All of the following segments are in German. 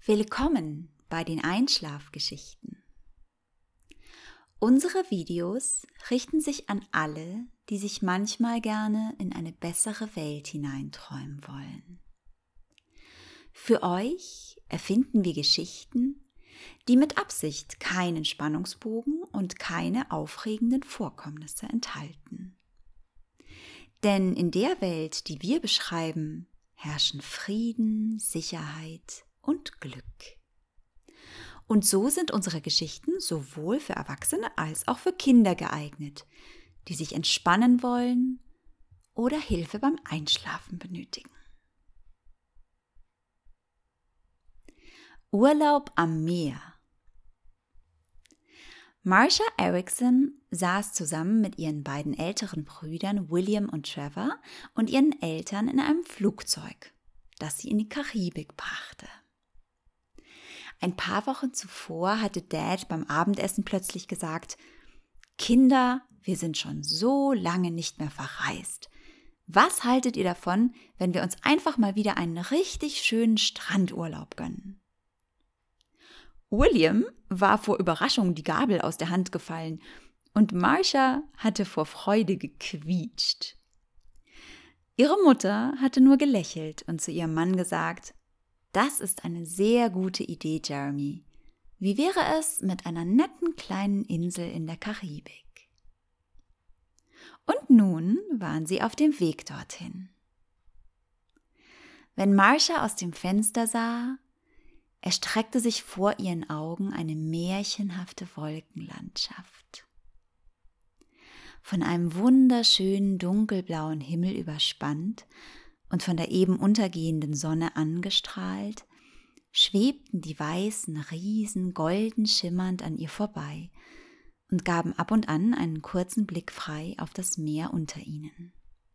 Willkommen bei den Einschlafgeschichten. Unsere Videos richten sich an alle, die sich manchmal gerne in eine bessere Welt hineinträumen wollen. Für euch erfinden wir Geschichten, die mit Absicht keinen Spannungsbogen und keine aufregenden Vorkommnisse enthalten. Denn in der Welt, die wir beschreiben, herrschen Frieden, Sicherheit und Glück. Und so sind unsere Geschichten sowohl für Erwachsene als auch für Kinder geeignet, die sich entspannen wollen oder Hilfe beim Einschlafen benötigen. Urlaub am Meer. Marsha Erickson saß zusammen mit ihren beiden älteren Brüdern William und Trevor und ihren Eltern in einem Flugzeug, das sie in die Karibik brachte. Ein paar Wochen zuvor hatte Dad beim Abendessen plötzlich gesagt: Kinder, wir sind schon so lange nicht mehr verreist. Was haltet ihr davon, wenn wir uns einfach mal wieder einen richtig schönen Strandurlaub gönnen? William war vor Überraschung die Gabel aus der Hand gefallen und Marsha hatte vor Freude gequietscht. Ihre Mutter hatte nur gelächelt und zu ihrem Mann gesagt: Das ist eine sehr gute Idee, Jeremy. Wie wäre es mit einer netten kleinen Insel in der Karibik? Und nun waren sie auf dem Weg dorthin. Wenn Marsha aus dem Fenster sah, erstreckte sich vor ihren Augen eine märchenhafte Wolkenlandschaft. Von einem wunderschönen dunkelblauen Himmel überspannt und von der eben untergehenden Sonne angestrahlt, schwebten die weißen Riesen golden schimmernd an ihr vorbei und gaben ab und an einen kurzen Blick frei auf das Meer unter ihnen.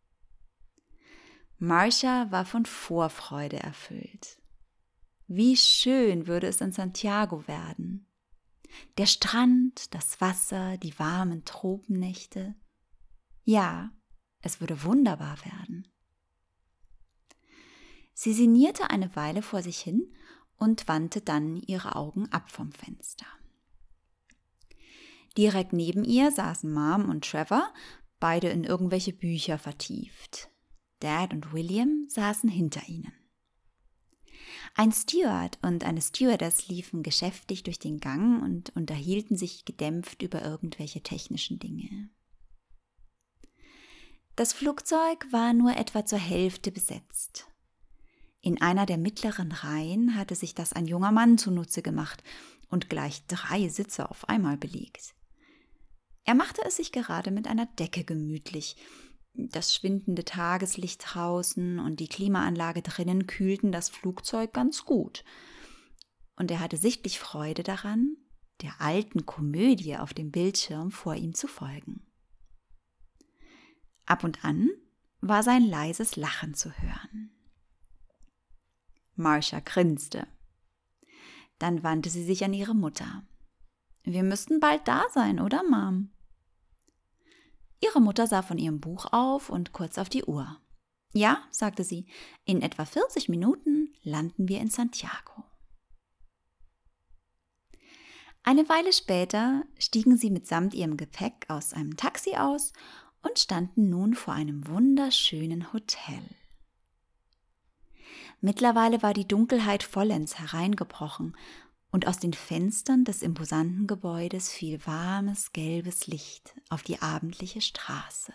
Marsha war von Vorfreude erfüllt. Wie schön würde es in Santiago werden. Der Strand, das Wasser, die warmen Tropennächte. Ja, es würde wunderbar werden. Sie sinnierte eine Weile vor sich hin und wandte dann ihre Augen ab vom Fenster. Direkt neben ihr saßen Mom und Trevor, beide in irgendwelche Bücher vertieft. Dad und William saßen hinter ihnen. Ein Steward und eine Stewardess liefen geschäftig durch den Gang und unterhielten sich gedämpft über irgendwelche technischen Dinge. Das Flugzeug war nur etwa zur Hälfte besetzt. In einer der mittleren Reihen hatte sich das ein junger Mann zunutze gemacht und gleich 3 Sitze auf einmal belegt. Er machte es sich gerade mit einer Decke gemütlich. Das schwindende Tageslicht draußen und die Klimaanlage drinnen kühlten das Flugzeug ganz gut. Und er hatte sichtlich Freude daran, der alten Komödie auf dem Bildschirm vor ihm zu folgen. Ab und an war sein leises Lachen zu hören. Marsha grinste. Dann wandte sie sich an ihre Mutter. Wir müssten bald da sein, oder, Mom? Ihre Mutter sah von ihrem Buch auf und kurz auf die Uhr. Ja, sagte sie, in etwa 40 Minuten landen wir in Santiago. Eine Weile später stiegen sie mitsamt ihrem Gepäck aus einem Taxi aus und standen nun vor einem wunderschönen Hotel. Mittlerweile war die Dunkelheit vollends hereingebrochen und aus den Fenstern des imposanten Gebäudes fiel warmes, gelbes Licht auf die abendliche Straße.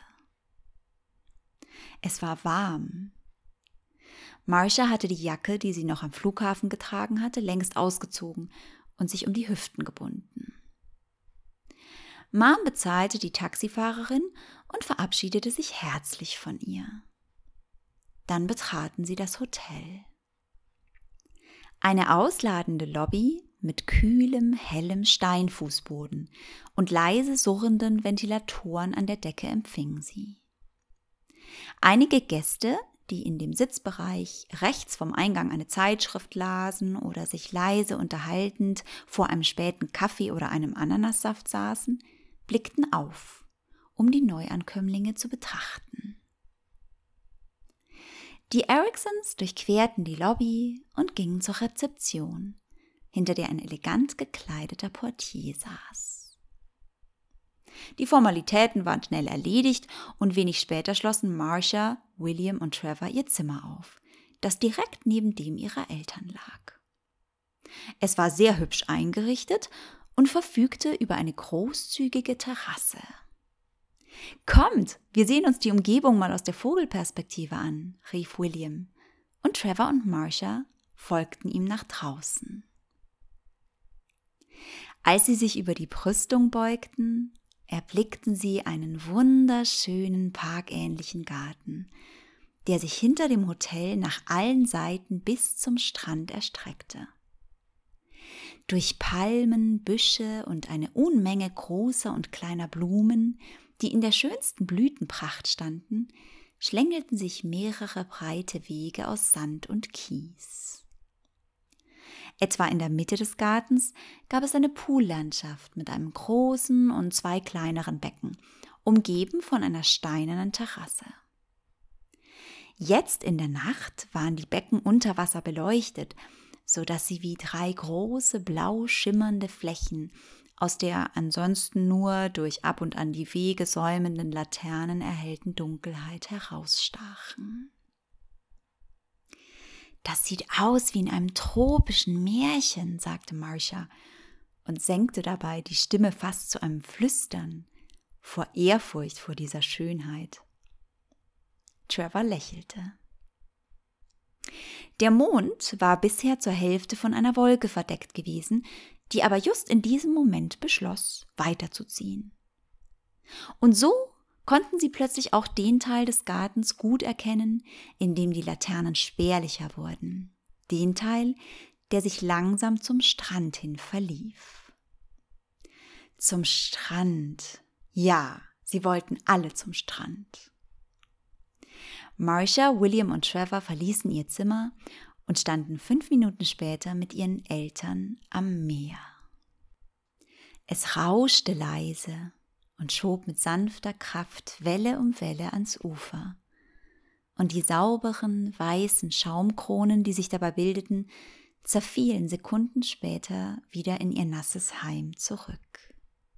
Es war warm. Marsha hatte die Jacke, die sie noch am Flughafen getragen hatte, längst ausgezogen und sich um die Hüften gebunden. Mom bezahlte die Taxifahrerin und verabschiedete sich herzlich von ihr. Dann betraten sie das Hotel. Eine ausladende Lobby mit kühlem, hellem Steinfußboden und leise surrenden Ventilatoren an der Decke empfing sie. Einige Gäste, die in dem Sitzbereich rechts vom Eingang eine Zeitschrift lasen oder sich leise unterhaltend vor einem späten Kaffee oder einem Ananassaft saßen, blickten auf, um die Neuankömmlinge zu betrachten. Die Ericksons durchquerten die Lobby und gingen zur Rezeption, hinter der ein elegant gekleideter Portier saß. Die Formalitäten waren schnell erledigt und wenig später schlossen Marcia, William und Trevor ihr Zimmer auf, das direkt neben dem ihrer Eltern lag. Es war sehr hübsch eingerichtet und verfügte über eine großzügige Terrasse. »Kommt, wir sehen uns die Umgebung mal aus der Vogelperspektive an«, rief William, und Trevor und Marcia folgten ihm nach draußen. Als sie sich über die Brüstung beugten, erblickten sie einen wunderschönen parkähnlichen Garten, der sich hinter dem Hotel nach allen Seiten bis zum Strand erstreckte. Durch Palmen, Büsche und eine Unmenge großer und kleiner Blumen, die in der schönsten Blütenpracht standen, schlängelten sich mehrere breite Wege aus Sand und Kies. Etwa in der Mitte des Gartens gab es eine Poollandschaft mit einem großen und 2 kleineren Becken, umgeben von einer steinernen Terrasse. Jetzt in der Nacht waren die Becken unter Wasser beleuchtet, so dass sie wie 3 große blau schimmernde Flächen aus der ansonsten nur durch ab und an die Wege säumenden Laternen erhellten Dunkelheit herausstachen. »Das sieht aus wie in einem tropischen Märchen«, sagte Marcia und senkte dabei die Stimme fast zu einem Flüstern, vor Ehrfurcht vor dieser Schönheit. Trevor lächelte. Der Mond war bisher zur Hälfte von einer Wolke verdeckt gewesen, die aber just in diesem Moment beschloss, weiterzuziehen. Und so konnten sie plötzlich auch den Teil des Gartens gut erkennen, in dem die Laternen spärlicher wurden, den Teil, der sich langsam zum Strand hin verlief. Zum Strand, ja, sie wollten alle zum Strand. Marcia, William und Trevor verließen ihr Zimmer und standen 5 Minuten später mit ihren Eltern am Meer. Es rauschte leise und schob mit sanfter Kraft Welle um Welle ans Ufer. Und die sauberen, weißen Schaumkronen, die sich dabei bildeten, zerfielen Sekunden später wieder in ihr nasses Heim zurück.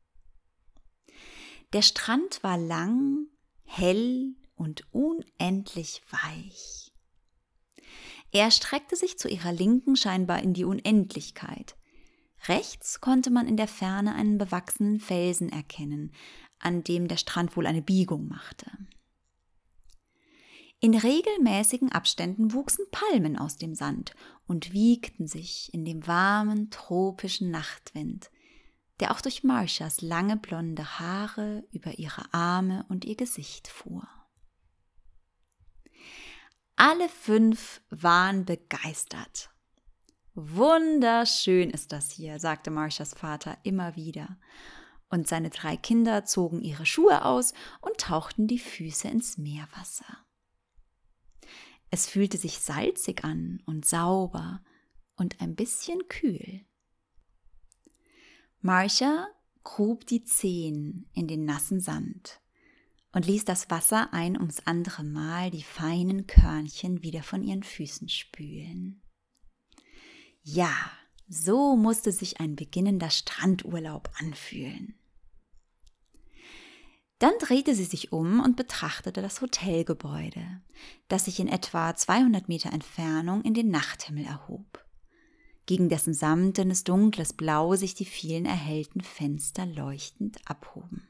Der Strand war lang, hell und unendlich weich. Er streckte sich zu ihrer Linken scheinbar in die Unendlichkeit. Rechts konnte man in der Ferne einen bewachsenen Felsen erkennen, an dem der Strand wohl eine Biegung machte. In regelmäßigen Abständen wuchsen Palmen aus dem Sand und wiegten sich in dem warmen, tropischen Nachtwind, der auch durch Marcias lange blonde Haare über ihre Arme und ihr Gesicht fuhr. Alle 5 waren begeistert. »Wunderschön ist das hier«, sagte Marcias Vater immer wieder. Und seine 3 Kinder zogen ihre Schuhe aus und tauchten die Füße ins Meerwasser. Es fühlte sich salzig an und sauber und ein bisschen kühl. Marcia grub die Zehen in den nassen Sand und ließ das Wasser ein ums andere Mal die feinen Körnchen wieder von ihren Füßen spülen. Ja, so musste sich ein beginnender Strandurlaub anfühlen. Dann drehte sie sich um und betrachtete das Hotelgebäude, das sich in etwa 200 Meter Entfernung in den Nachthimmel erhob, gegen dessen samtenes dunkles Blau sich die vielen erhellten Fenster leuchtend abhoben.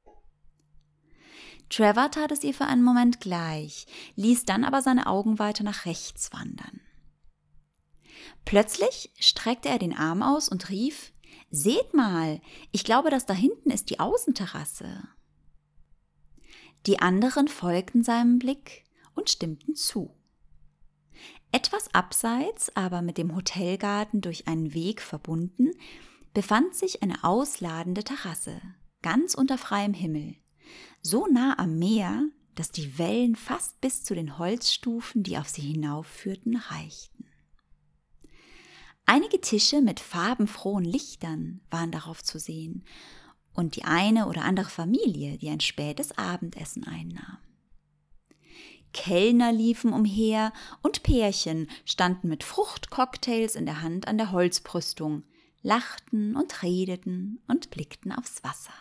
Trevor tat es ihr für einen Moment gleich, ließ dann aber seine Augen weiter nach rechts wandern. Plötzlich streckte er den Arm aus und rief: »Seht mal, ich glaube, das da hinten ist die Außenterrasse.« Die anderen folgten seinem Blick und stimmten zu. Etwas abseits, aber mit dem Hotelgarten durch einen Weg verbunden, befand sich eine ausladende Terrasse, ganz unter freiem Himmel, so nah am Meer, dass die Wellen fast bis zu den Holzstufen, die auf sie hinaufführten, reichten. Einige Tische mit farbenfrohen Lichtern waren darauf zu sehen und die eine oder andere Familie, die ein spätes Abendessen einnahm. Kellner liefen umher und Pärchen standen mit Fruchtcocktails in der Hand an der Holzbrüstung, lachten und redeten und blickten aufs Wasser.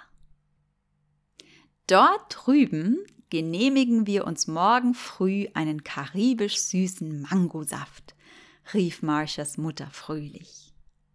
Dort drüben genehmigen wir uns morgen früh einen karibisch süßen Mangosaft, rief Marcias Mutter fröhlich.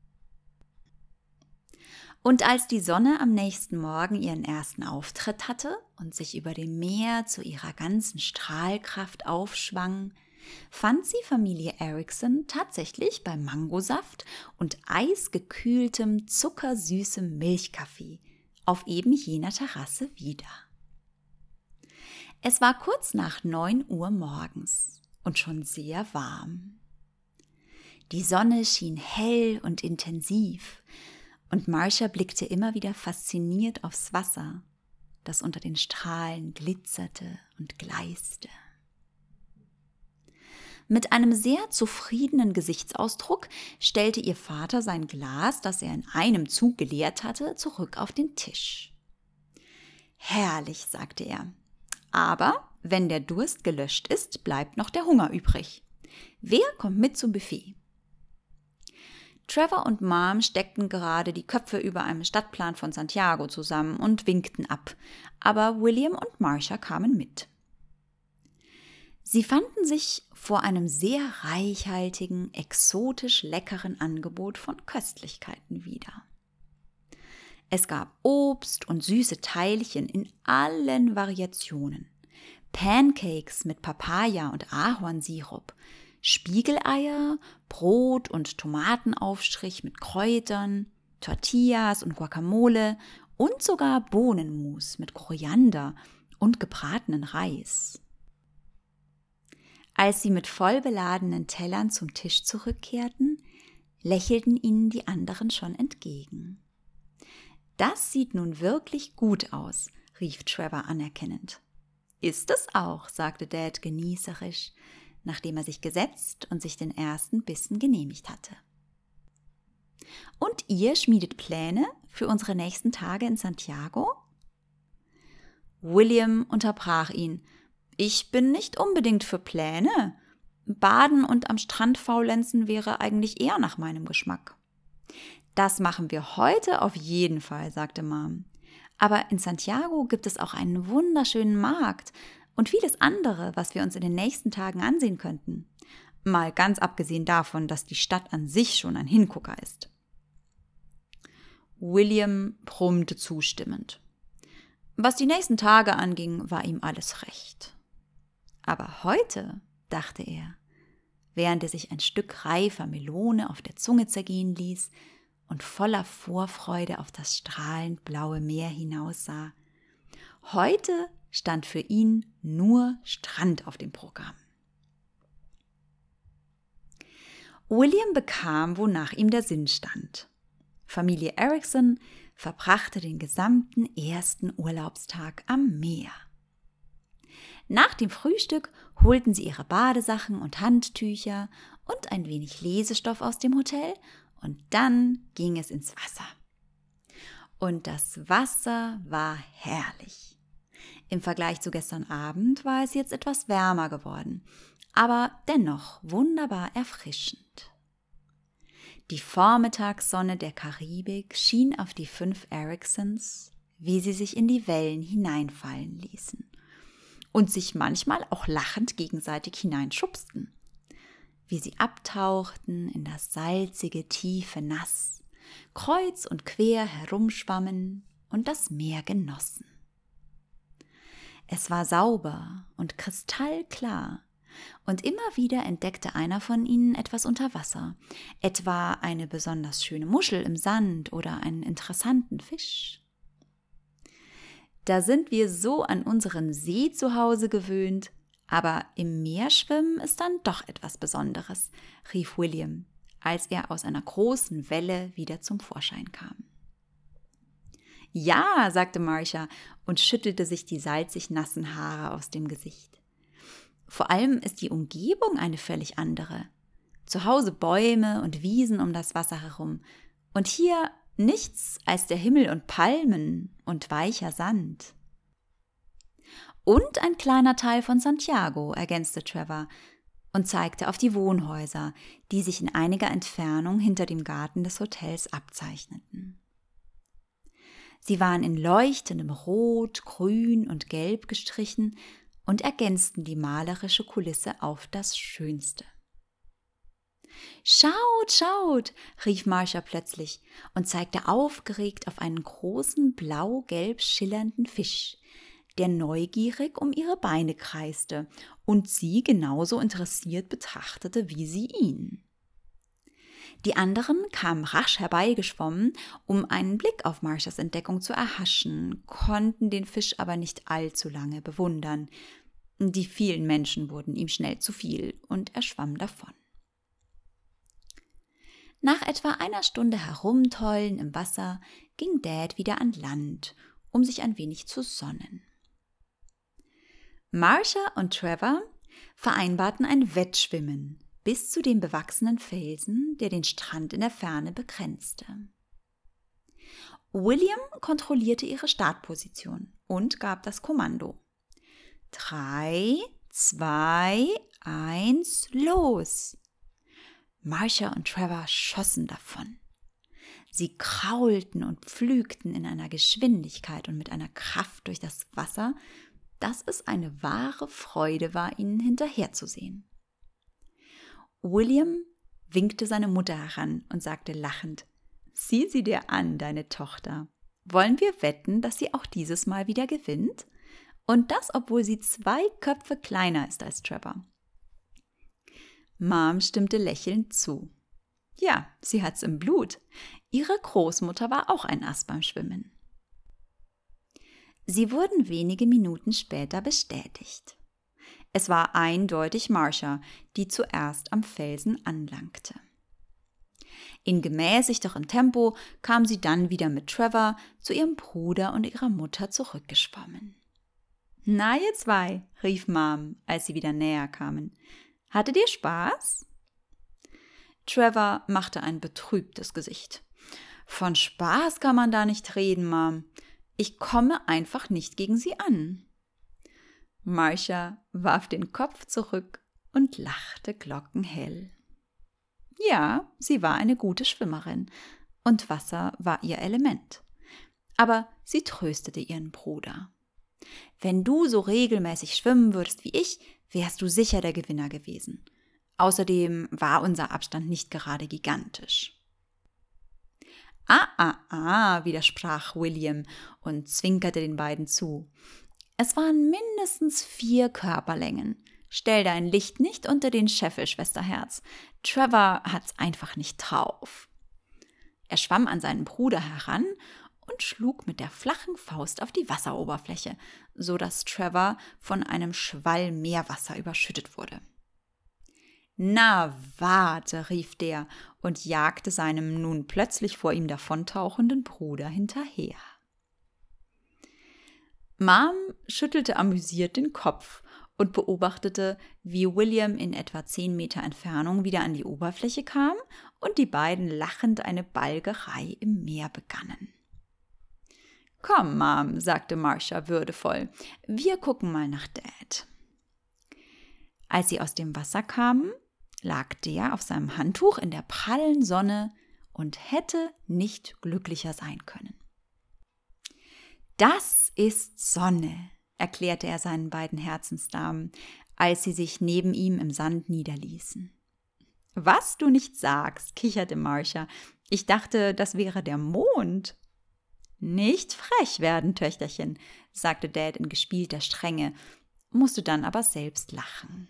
Und als die Sonne am nächsten Morgen ihren ersten Auftritt hatte und sich über dem Meer zu ihrer ganzen Strahlkraft aufschwang, fand sie Familie Erikson tatsächlich bei Mangosaft und eisgekühltem, zuckersüßem Milchkaffee auf eben jener Terrasse wieder. Es war kurz nach 9 Uhr morgens und schon sehr warm. Die Sonne schien hell und intensiv, und Marcia blickte immer wieder fasziniert aufs Wasser, das unter den Strahlen glitzerte und gleiste. Mit einem sehr zufriedenen Gesichtsausdruck stellte ihr Vater sein Glas, das er in einem Zug geleert hatte, zurück auf den Tisch. »Herrlich«, sagte er, »aber wenn der Durst gelöscht ist, bleibt noch der Hunger übrig. Wer kommt mit zum Buffet?« Trevor und Mom steckten gerade die Köpfe über einem Stadtplan von Santiago zusammen und winkten ab, aber William und Marcia kamen mit. Sie fanden sich vor einem sehr reichhaltigen, exotisch leckeren Angebot von Köstlichkeiten wieder. Es gab Obst und süße Teilchen in allen Variationen, Pancakes mit Papaya und Ahornsirup, Spiegeleier, Brot und Tomatenaufstrich mit Kräutern, Tortillas und Guacamole und sogar Bohnenmus mit Koriander und gebratenen Reis. Als sie mit vollbeladenen Tellern zum Tisch zurückkehrten, lächelten ihnen die anderen schon entgegen. »Das sieht nun wirklich gut aus«, rief Trevor anerkennend. »Ist es auch«, sagte Dad genießerisch, nachdem er sich gesetzt und sich den ersten Bissen genehmigt hatte. »Und ihr schmiedet Pläne für unsere nächsten Tage in Santiago?« William unterbrach ihn. »Ich bin nicht unbedingt für Pläne. Baden und am Strand faulenzen wäre eigentlich eher nach meinem Geschmack.« »Das machen wir heute auf jeden Fall«, sagte Mom. »Aber in Santiago gibt es auch einen wunderschönen Markt und vieles andere, was wir uns in den nächsten Tagen ansehen könnten. Mal ganz abgesehen davon, dass die Stadt an sich schon ein Hingucker ist.« William brummte zustimmend. Was die nächsten Tage anging, war ihm alles recht. Aber heute, dachte er, während er sich ein Stück reifer Melone auf der Zunge zergehen ließ und voller Vorfreude auf das strahlend blaue Meer hinaussah, heute stand für ihn nur Strand auf dem Programm. William bekam, wonach ihm der Sinn stand. Familie Erikson verbrachte den gesamten ersten Urlaubstag am Meer. Nach dem Frühstück holten sie ihre Badesachen und Handtücher und ein wenig Lesestoff aus dem Hotel und dann ging es ins Wasser. Und das Wasser war herrlich. Im Vergleich zu gestern Abend war es jetzt etwas wärmer geworden, aber dennoch wunderbar erfrischend. Die Vormittagssonne der Karibik schien auf die 5 Eriksons, wie sie sich in die Wellen hineinfallen ließen und sich manchmal auch lachend gegenseitig hineinschubsten, wie sie abtauchten in das salzige, tiefe Nass, kreuz und quer herumschwammen und das Meer genossen. Es war sauber und kristallklar, und immer wieder entdeckte einer von ihnen etwas unter Wasser, etwa eine besonders schöne Muschel im Sand oder einen interessanten Fisch. Da sind wir so an unseren See zu Hause gewöhnt, aber im Meer schwimmen ist dann doch etwas Besonderes, rief William, als er aus einer großen Welle wieder zum Vorschein kam. Ja, sagte Marcia und schüttelte sich die salzig nassen Haare aus dem Gesicht. Vor allem ist die Umgebung eine völlig andere. Zu Hause Bäume und Wiesen um das Wasser herum und hier nichts als der Himmel und Palmen und weicher Sand. Und ein kleiner Teil von Santiago, ergänzte Trevor und zeigte auf die Wohnhäuser, die sich in einiger Entfernung hinter dem Garten des Hotels abzeichneten. Sie waren in leuchtendem Rot, Grün und Gelb gestrichen und ergänzten die malerische Kulisse auf das Schönste. »Schaut, schaut«, rief Marcia plötzlich und zeigte aufgeregt auf einen großen, blau-gelb schillernden Fisch, der neugierig um ihre Beine kreiste und sie genauso interessiert betrachtete wie sie ihn. Die anderen kamen rasch herbeigeschwommen, um einen Blick auf Marcias Entdeckung zu erhaschen, konnten den Fisch aber nicht allzu lange bewundern. Die vielen Menschen wurden ihm schnell zu viel und er schwamm davon. Nach etwa einer Stunde Herumtollen im Wasser ging Dad wieder an Land, um sich ein wenig zu sonnen. Marcia und Trevor vereinbarten ein Wettschwimmen bis zu dem bewachsenen Felsen, der den Strand in der Ferne begrenzte. William kontrollierte ihre Startposition und gab das Kommando. 3, 2, 1, los! Marcia und Trevor schossen davon. Sie kraulten und pflügten in einer Geschwindigkeit und mit einer Kraft durch das Wasser, dass es eine wahre Freude war, ihnen hinterherzusehen. William winkte seine Mutter heran und sagte lachend: »Sieh sie dir an, deine Tochter. Wollen wir wetten, dass sie auch dieses Mal wieder gewinnt? Und das, obwohl sie 2 Köpfe kleiner ist als Trevor.« Mom stimmte lächelnd zu. Ja, sie hat's im Blut. Ihre Großmutter war auch ein Ass beim Schwimmen. Sie wurden wenige Minuten später bestätigt. Es war eindeutig Marcia, die zuerst am Felsen anlangte. In gemäßigterem Tempo kam sie dann wieder mit Trevor zu ihrem Bruder und ihrer Mutter zurückgeschwommen. »Na, ihr zwei«, rief Mom, als sie wieder näher kamen. »Hattet ihr Spaß?« Trevor machte ein betrübtes Gesicht. »Von Spaß kann man da nicht reden, Mom. Ich komme einfach nicht gegen sie an.« Marcia warf den Kopf zurück und lachte glockenhell. Ja, sie war eine gute Schwimmerin und Wasser war ihr Element. Aber sie tröstete ihren Bruder. »Wenn du so regelmäßig schwimmen würdest wie ich, wärst du sicher der Gewinner gewesen. Außerdem war unser Abstand nicht gerade gigantisch.« widersprach William und zwinkerte den beiden zu. »Es waren mindestens 4 Körperlängen. Stell dein Licht nicht unter den Scheffel, Schwesterherz. Trevor hat's einfach nicht drauf.« Er schwamm an seinen Bruder heran und schlug mit der flachen Faust auf die Wasseroberfläche, so dass Trevor von einem Schwall Meerwasser überschüttet wurde. »Na, warte«, rief der und jagte seinem nun plötzlich vor ihm davontauchenden Bruder hinterher. Mom schüttelte amüsiert den Kopf und beobachtete, wie William in etwa 10 Meter Entfernung wieder an die Oberfläche kam und die beiden lachend eine Balgerei im Meer begannen. »Komm, Mom«, sagte Marcia würdevoll, »wir gucken mal nach Dad.« Als sie aus dem Wasser kamen, lag der auf seinem Handtuch in der prallen Sonne und hätte nicht glücklicher sein können. »Das ist Sonne«, erklärte er seinen beiden Herzensdamen, als sie sich neben ihm im Sand niederließen. »Was du nicht sagst«, kicherte Marcia. »Ich dachte, das wäre der Mond.« »Nicht frech werden, Töchterchen«, sagte Dad in gespielter Strenge, musste dann aber selbst lachen.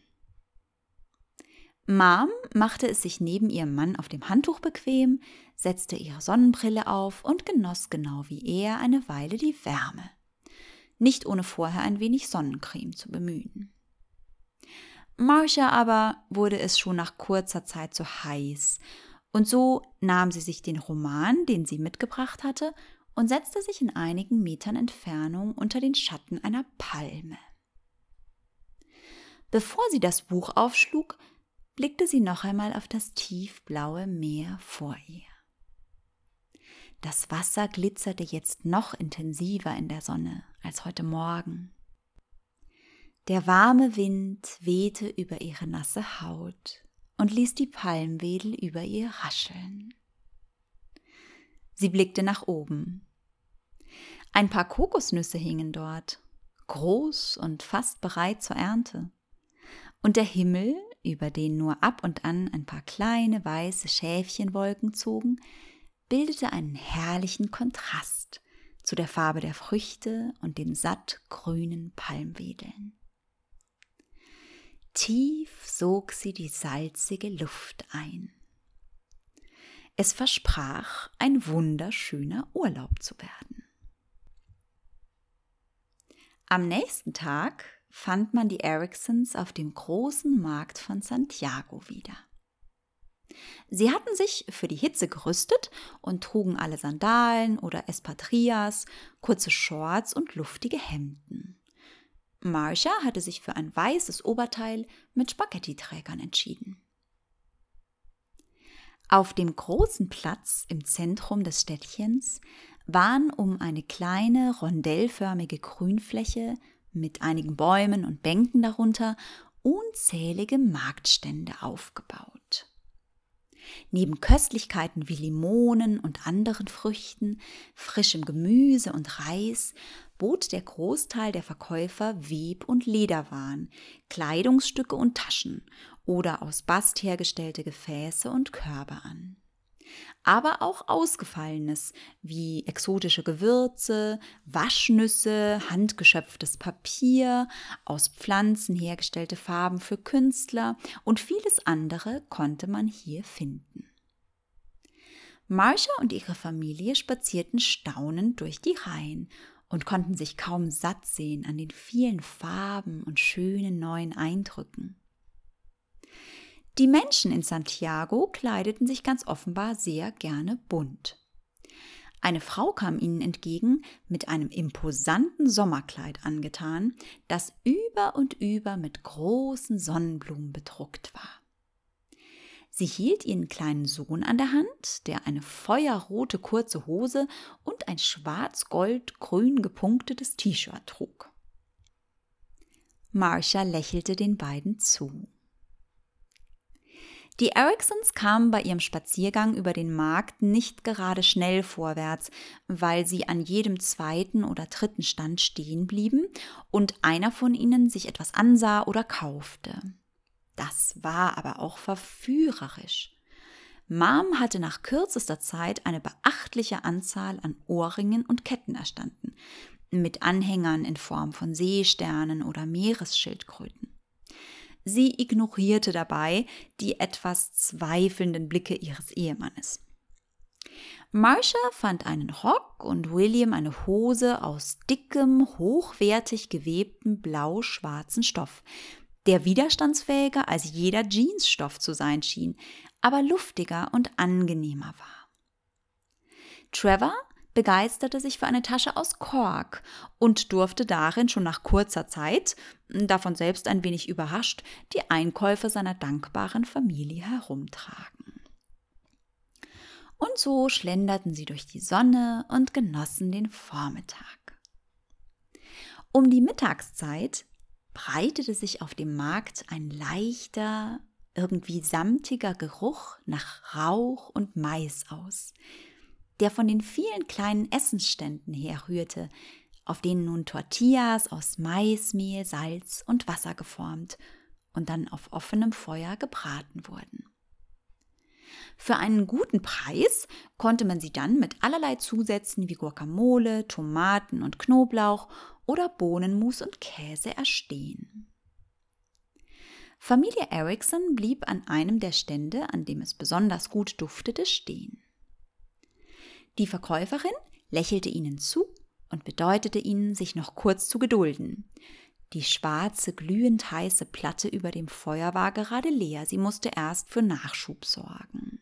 Mom machte es sich neben ihrem Mann auf dem Handtuch bequem, setzte ihre Sonnenbrille auf und genoss genau wie er eine Weile die Wärme. Nicht ohne vorher ein wenig Sonnencreme zu bemühen. Marcia aber wurde es schon nach kurzer Zeit zu heiß und so nahm sie sich den Roman, den sie mitgebracht hatte, und setzte sich in einigen Metern Entfernung unter den Schatten einer Palme. Bevor sie das Buch aufschlug, blickte sie noch einmal auf das tiefblaue Meer vor ihr. Das Wasser glitzerte jetzt noch intensiver in der Sonne als heute Morgen. Der warme Wind wehte über ihre nasse Haut und ließ die Palmwedel über ihr rascheln. Sie blickte nach oben. Ein paar Kokosnüsse hingen dort, groß und fast bereit zur Ernte. Und der Himmel, über den nur ab und an ein paar kleine weiße Schäfchenwolken zogen, bildete einen herrlichen Kontrast zu der Farbe der Früchte und den sattgrünen Palmwedeln. Tief sog sie die salzige Luft ein. Es versprach, ein wunderschöner Urlaub zu werden. Am nächsten Tag fand man die Eriksons auf dem großen Markt von Santiago wieder. Sie hatten sich für die Hitze gerüstet und trugen alle Sandalen oder Espadrillas, kurze Shorts und luftige Hemden. Marcia hatte sich für ein weißes Oberteil mit Spaghettiträgern entschieden. Auf dem großen Platz im Zentrum des Städtchens waren um eine kleine rondellförmige Grünfläche mit einigen Bäumen und Bänken darunter unzählige Marktstände aufgebaut. Neben Köstlichkeiten wie Limonen und anderen Früchten, frischem Gemüse und Reis bot der Großteil der Verkäufer Web- und Lederwaren, Kleidungsstücke und Taschen oder aus Bast hergestellte Gefäße und Körbe an. Aber auch Ausgefallenes wie exotische Gewürze, Waschnüsse, handgeschöpftes Papier, aus Pflanzen hergestellte Farben für Künstler und vieles andere konnte man hier finden. Marcia und ihre Familie spazierten staunend durch die Reihen und konnten sich kaum satt sehen an den vielen Farben und schönen neuen Eindrücken. Die Menschen in Santiago kleideten sich ganz offenbar sehr gerne bunt. Eine Frau kam ihnen entgegen mit einem imposanten Sommerkleid angetan, das über und über mit großen Sonnenblumen bedruckt war. Sie hielt ihren kleinen Sohn an der Hand, der eine feuerrote kurze Hose und ein schwarz-gold-grün gepunktetes T-Shirt trug. Marcia lächelte den beiden zu. Die Eriksons kamen bei ihrem Spaziergang über den Markt nicht gerade schnell vorwärts, weil sie an jedem zweiten oder dritten Stand stehen blieben und einer von ihnen sich etwas ansah oder kaufte. Das war aber auch verführerisch. Mom hatte nach kürzester Zeit eine beachtliche Anzahl an Ohrringen und Ketten erstanden, mit Anhängern in Form von Seesternen oder Meeresschildkröten. Sie ignorierte dabei die etwas zweifelnden Blicke ihres Ehemannes. Marcia fand einen Rock und William eine Hose aus dickem, hochwertig gewebtem blau-schwarzen Stoff, der widerstandsfähiger als jeder Jeansstoff zu sein schien, aber luftiger und angenehmer war. Trevor begeisterte sich für eine Tasche aus Kork und durfte darin schon nach kurzer Zeit, davon selbst ein wenig überrascht, die Einkäufe seiner dankbaren Familie herumtragen. Und so schlenderten sie durch die Sonne und genossen den Vormittag. Um die Mittagszeit breitete sich auf dem Markt ein leichter, irgendwie samtiger Geruch nach Rauch und Mais aus, der von den vielen kleinen Essensständen herrührte, auf denen nun Tortillas aus Maismehl, Salz und Wasser geformt und dann auf offenem Feuer gebraten wurden. Für einen guten Preis konnte man sie dann mit allerlei Zusätzen wie Guacamole, Tomaten und Knoblauch oder Bohnenmus und Käse erstehen. Familie Erikson blieb an einem der Stände, an dem es besonders gut duftete, stehen. Die Verkäuferin lächelte ihnen zu und bedeutete ihnen, sich noch kurz zu gedulden. Die schwarze, glühend heiße Platte über dem Feuer war gerade leer, sie musste erst für Nachschub sorgen.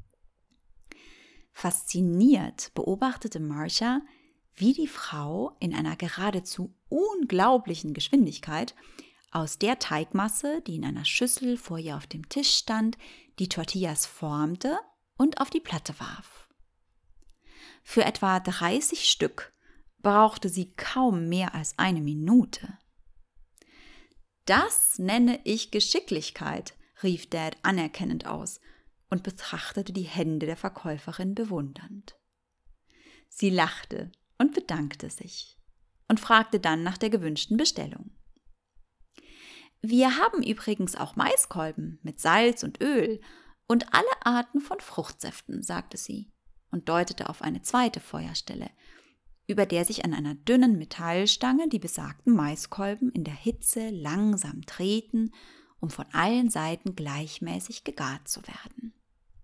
Fasziniert beobachtete Marcia, wie die Frau in einer geradezu unglaublichen Geschwindigkeit aus der Teigmasse, die in einer Schüssel vor ihr auf dem Tisch stand, die Tortillas formte und auf die Platte warf. Für etwa 30 Stück brauchte sie kaum mehr als eine Minute. Das nenne ich Geschicklichkeit, rief Dad anerkennend aus und betrachtete die Hände der Verkäuferin bewundernd. Sie lachte und bedankte sich und fragte dann nach der gewünschten Bestellung. Wir haben übrigens auch Maiskolben mit Salz und Öl und alle Arten von Fruchtsäften, sagte sie und deutete auf eine zweite Feuerstelle, über der sich an einer dünnen Metallstange die besagten Maiskolben in der Hitze langsam drehten, um von allen Seiten gleichmäßig gegart zu werden.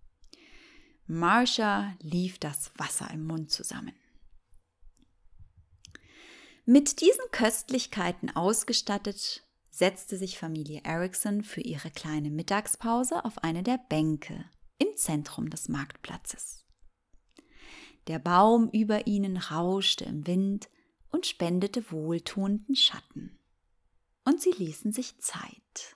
Marcia lief das Wasser im Mund zusammen. Mit diesen Köstlichkeiten ausgestattet, setzte sich Familie Erikson für ihre kleine Mittagspause auf eine der Bänke im Zentrum des Marktplatzes. Der Baum über ihnen rauschte im Wind und spendete wohltuenden Schatten. Und sie ließen sich Zeit.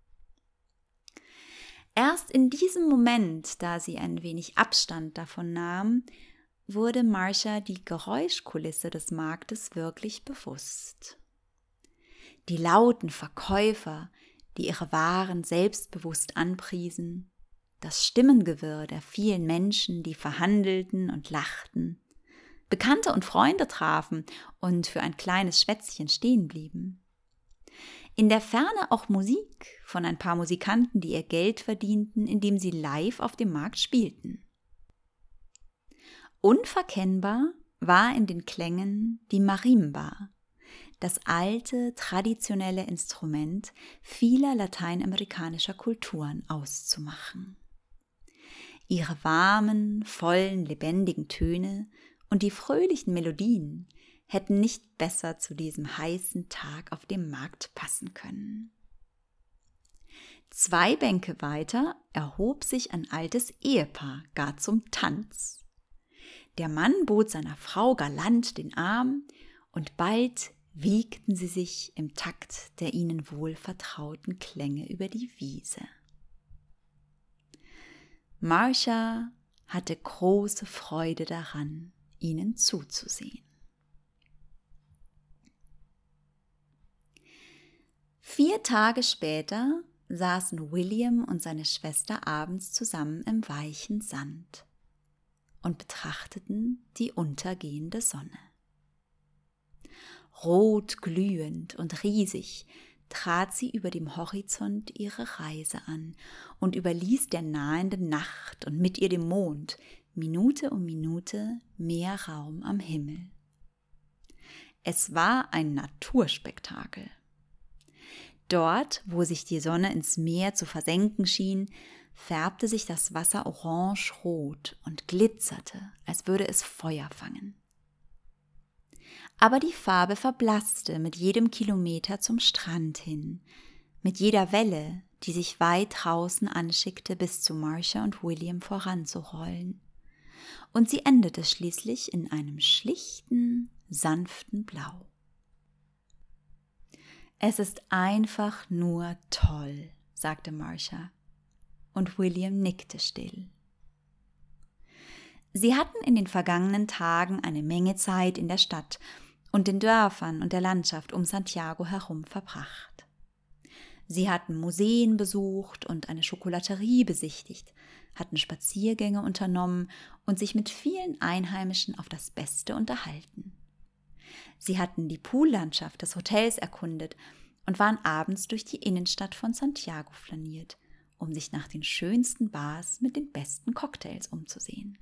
Erst in diesem Moment, da sie ein wenig Abstand davon nahm, wurde Marcia die Geräuschkulisse des Marktes wirklich bewusst. Die lauten Verkäufer, die ihre Waren selbstbewusst anpriesen, das Stimmengewirr der vielen Menschen, die verhandelten und lachten, Bekannte und Freunde trafen und für ein kleines Schwätzchen stehen blieben. In der Ferne auch Musik von ein paar Musikanten, die ihr Geld verdienten, indem sie live auf dem Markt spielten. Unverkennbar war in den Klängen die Marimba, das alte, traditionelle Instrument vieler lateinamerikanischer Kulturen auszumachen. Ihre warmen, vollen, lebendigen Töne und die fröhlichen Melodien hätten nicht besser zu diesem heißen Tag auf dem Markt passen können. 2 Bänke weiter erhob sich ein altes Ehepaar gar zum Tanz. Der Mann bot seiner Frau galant den Arm und bald wiegten sie sich im Takt der ihnen wohl vertrauten Klänge über die Wiese. Marcia hatte große Freude daran, ihnen zuzusehen. 4 Tage später saßen William und seine Schwester abends zusammen im weichen Sand und betrachteten die untergehende Sonne. Rot glühend und riesig trat sie über dem Horizont ihre Reise an und überließ der nahenden Nacht und mit ihr dem Mond Minute um Minute mehr Raum am Himmel. Es war ein Naturspektakel. Dort, wo sich die Sonne ins Meer zu versenken schien, färbte sich das Wasser orange-rot und glitzerte, als würde es Feuer fangen. Aber die Farbe verblasste mit jedem Kilometer zum Strand hin, mit jeder Welle, die sich weit draußen anschickte, bis zu Marcia und William voranzurollen. Und sie endete schließlich in einem schlichten, sanften Blau. Es ist einfach nur toll, sagte Marcia, und William nickte still. Sie hatten in den vergangenen Tagen eine Menge Zeit in der Stadt und den Dörfern und der Landschaft um Santiago herum verbracht. Sie hatten Museen besucht und eine Schokolaterie besichtigt, hatten Spaziergänge unternommen und sich mit vielen Einheimischen auf das Beste unterhalten. Sie hatten die Poollandschaft des Hotels erkundet und waren abends durch die Innenstadt von Santiago flaniert, um sich nach den schönsten Bars mit den besten Cocktails umzusehen.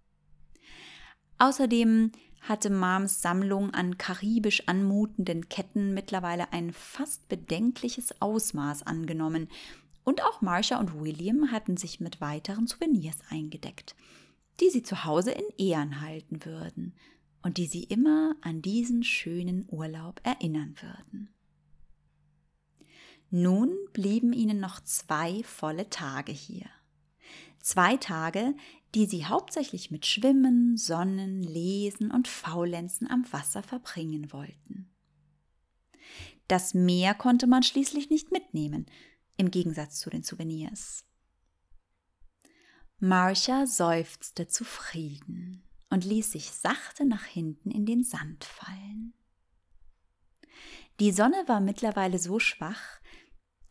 Außerdem hatte Moms Sammlung an karibisch anmutenden Ketten mittlerweile ein fast bedenkliches Ausmaß angenommen und auch Marcia und William hatten sich mit weiteren Souvenirs eingedeckt, die sie zu Hause in Ehren halten würden und die sie immer an diesen schönen Urlaub erinnern würden. Nun blieben ihnen noch 2 volle Tage hier. 2 Tage, die sie hauptsächlich mit Schwimmen, Sonnen, Lesen und Faulenzen am Wasser verbringen wollten. Das Meer konnte man schließlich nicht mitnehmen, im Gegensatz zu den Souvenirs. Marcia seufzte zufrieden und ließ sich sachte nach hinten in den Sand fallen. Die Sonne war mittlerweile so schwach,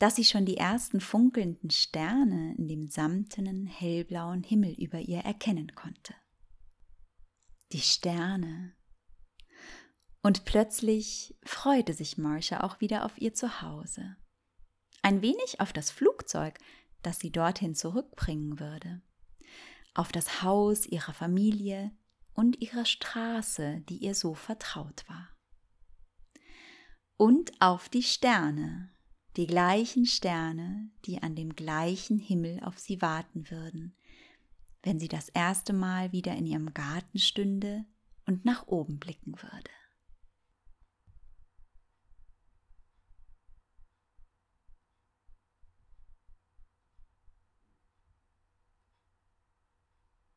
dass sie schon die ersten funkelnden Sterne in dem samtenen, hellblauen Himmel über ihr erkennen konnte. Die Sterne. Und plötzlich freute sich Marcia auch wieder auf ihr Zuhause. Ein wenig auf das Flugzeug, das sie dorthin zurückbringen würde. Auf das Haus ihrer Familie und ihrer Straße, die ihr so vertraut war. Und auf die Sterne, die gleichen Sterne, die an dem gleichen Himmel auf sie warten würden, wenn sie das erste Mal wieder in ihrem Garten stünde und nach oben blicken würde.